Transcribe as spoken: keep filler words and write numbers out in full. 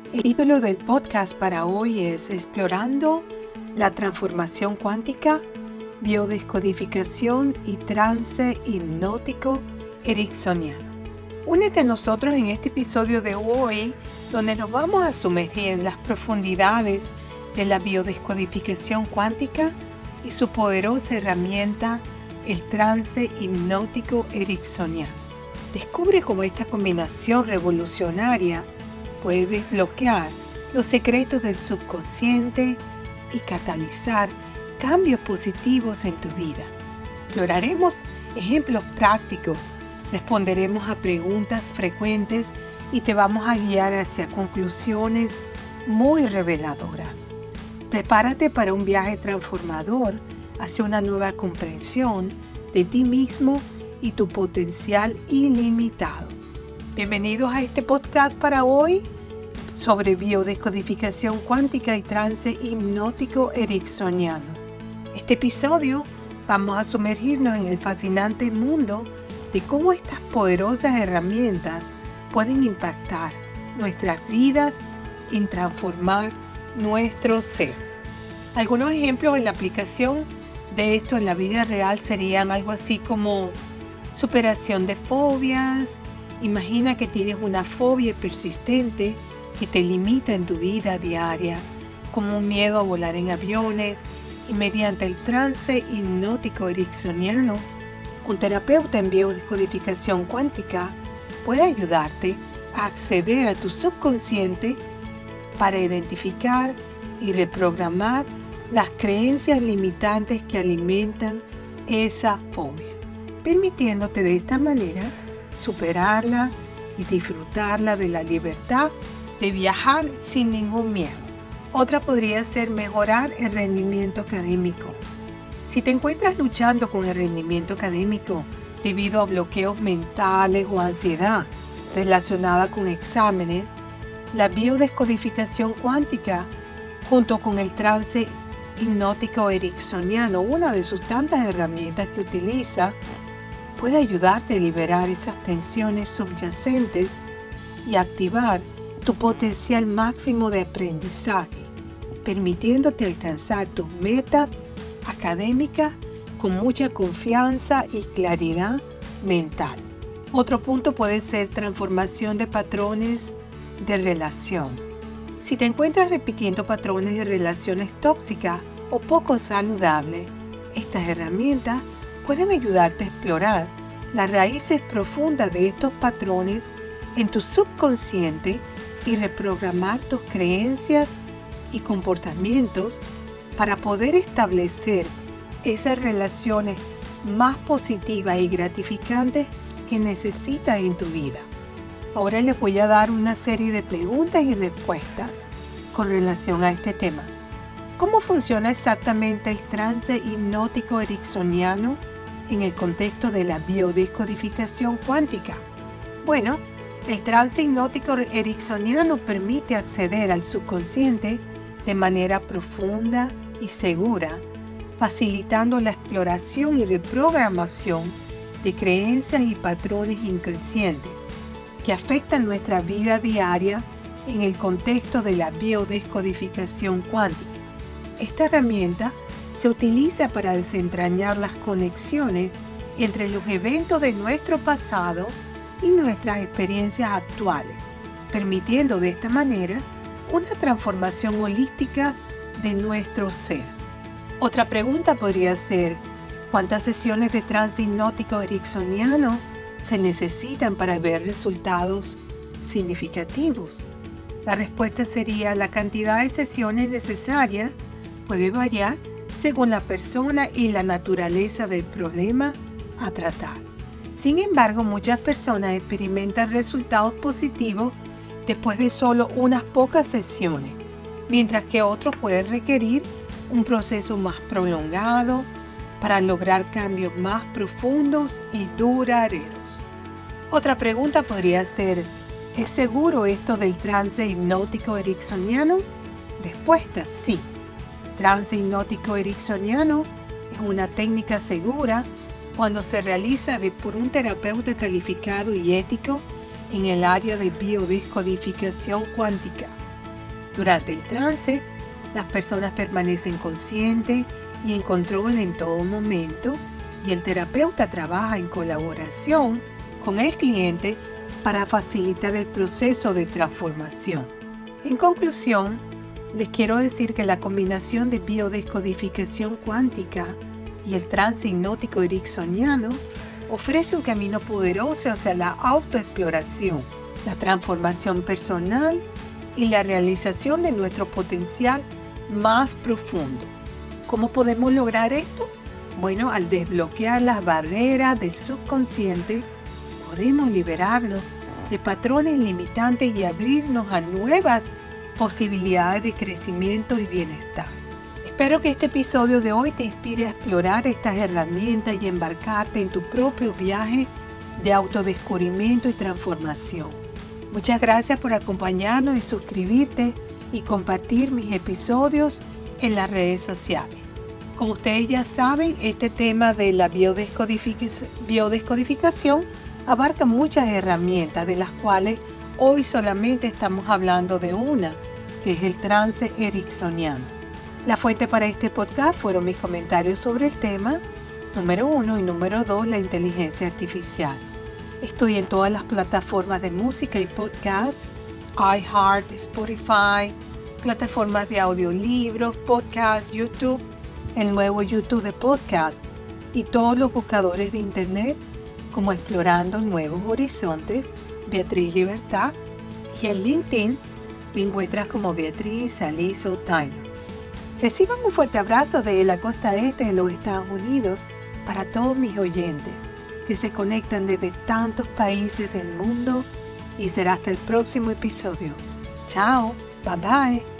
El título del podcast para hoy es Explorando la transformación cuántica, biodescodificación y trance hipnótico ericksoniano. Únete a nosotros en este episodio de hoy, donde nos vamos a sumergir en las profundidades de la biodescodificación cuántica y su poderosa herramienta, el trance hipnótico ericksoniano. Descubre cómo esta combinación revolucionaria puede desbloquear los secretos del subconsciente y catalizar cambios positivos en tu vida. Exploraremos ejemplos prácticos, responderemos a preguntas frecuentes y te vamos a guiar hacia conclusiones muy reveladoras. Prepárate para un viaje transformador hacia una nueva comprensión de ti mismo y tu potencial ilimitado. Bienvenidos a este podcast para hoy sobre biodescodificación cuántica y trance hipnótico ericksoniano. Este episodio vamos a sumergirnos en el fascinante mundo de cómo estas poderosas herramientas pueden impactar nuestras vidas y transformar nuestro ser. Algunos ejemplos en la aplicación de esto en la vida real serían algo así como superación de fobias. Imagina que tienes una fobia persistente que te limita en tu vida diaria, como un miedo a volar en aviones, y mediante el trance hipnótico ericksoniano, un terapeuta en biodescodificación cuántica puede ayudarte a acceder a tu subconsciente para identificar y reprogramar las creencias limitantes que alimentan esa fobia, permitiéndote de esta manera superarla y disfrutarla de la libertad de viajar sin ningún miedo. Otra podría ser mejorar el rendimiento académico. Si te encuentras luchando con el rendimiento académico debido a bloqueos mentales o ansiedad relacionada con exámenes, la biodescodificación cuántica junto con el trance hipnótico ericksoniano, una de sus tantas herramientas que utiliza, puede ayudarte a liberar esas tensiones subyacentes y activar tu potencial máximo de aprendizaje, permitiéndote alcanzar tus metas académicas con mucha confianza y claridad mental. Otro punto puede ser transformación de patrones de relación. Si te encuentras repitiendo patrones de relaciones tóxicas o poco saludables, estas herramientas pueden ayudarte a explorar las raíces profundas de estos patrones en tu subconsciente y reprogramar tus creencias y comportamientos para poder establecer esas relaciones más positivas y gratificantes que necesitas en tu vida. Ahora les voy a dar una serie de preguntas y respuestas con relación a este tema. ¿Cómo funciona exactamente el trance hipnótico ericksoniano en el contexto de la biodescodificación cuántica? Bueno, el trance hipnótico ericksoniano permite acceder al subconsciente de manera profunda y segura, facilitando la exploración y reprogramación de creencias y patrones inconscientes que afectan nuestra vida diaria en el contexto de la biodescodificación cuántica. Esta herramienta se utiliza para desentrañar las conexiones entre los eventos de nuestro pasado y nuestras experiencias actuales, permitiendo de esta manera una transformación holística de nuestro ser. Otra pregunta podría ser, ¿cuántas sesiones de trance hipnótico ericksoniano se necesitan para ver resultados significativos? La respuesta sería, la cantidad de sesiones necesarias puede variar según la persona y la naturaleza del problema a tratar. Sin embargo, muchas personas experimentan resultados positivos después de solo unas pocas sesiones, mientras que otros pueden requerir un proceso más prolongado para lograr cambios más profundos y duraderos. Otra pregunta podría ser, ¿es seguro esto del trance hipnótico ericksoniano? Respuesta, sí. Trance hipnótico ericksoniano es una técnica segura cuando se realiza de por un terapeuta calificado y ético en el área de biodescodificación cuántica. Durante el trance, las personas permanecen conscientes y en control en todo momento, y el terapeuta trabaja en colaboración con el cliente para facilitar el proceso de transformación. En conclusión, les quiero decir que la combinación de biodescodificación cuántica y el trance hipnótico ericksoniano ofrece un camino poderoso hacia la autoexploración, la transformación personal y la realización de nuestro potencial más profundo. ¿Cómo podemos lograr esto? Bueno, al desbloquear las barreras del subconsciente, podemos liberarnos de patrones limitantes y abrirnos a nuevas posibilidades de crecimiento y bienestar. Espero que este episodio de hoy te inspire a explorar estas herramientas y embarcarte en tu propio viaje de autodescubrimiento y transformación. Muchas gracias por acompañarnos y suscribirte y compartir mis episodios en las redes sociales. Como ustedes ya saben, este tema de la biodescodific- biodescodificación abarca muchas herramientas, de las cuales hoy solamente estamos hablando de una, que es el trance ericksoniano. La fuente para este podcast fueron mis comentarios sobre el tema, número uno, y número dos, la inteligencia artificial. Estoy en todas las plataformas de música y podcast, iHeart, Spotify, plataformas de audiolibros, podcast, YouTube, el nuevo YouTube de podcast y todos los buscadores de internet como Explorando Nuevos Horizontes, Beatriz Libertad, y en LinkedIn me encuentras como Beatriz Salizo Taino. Reciban un fuerte abrazo desde la costa este de los Estados Unidos para todos mis oyentes que se conectan desde tantos países del mundo, y será hasta el próximo episodio. Chao, bye bye.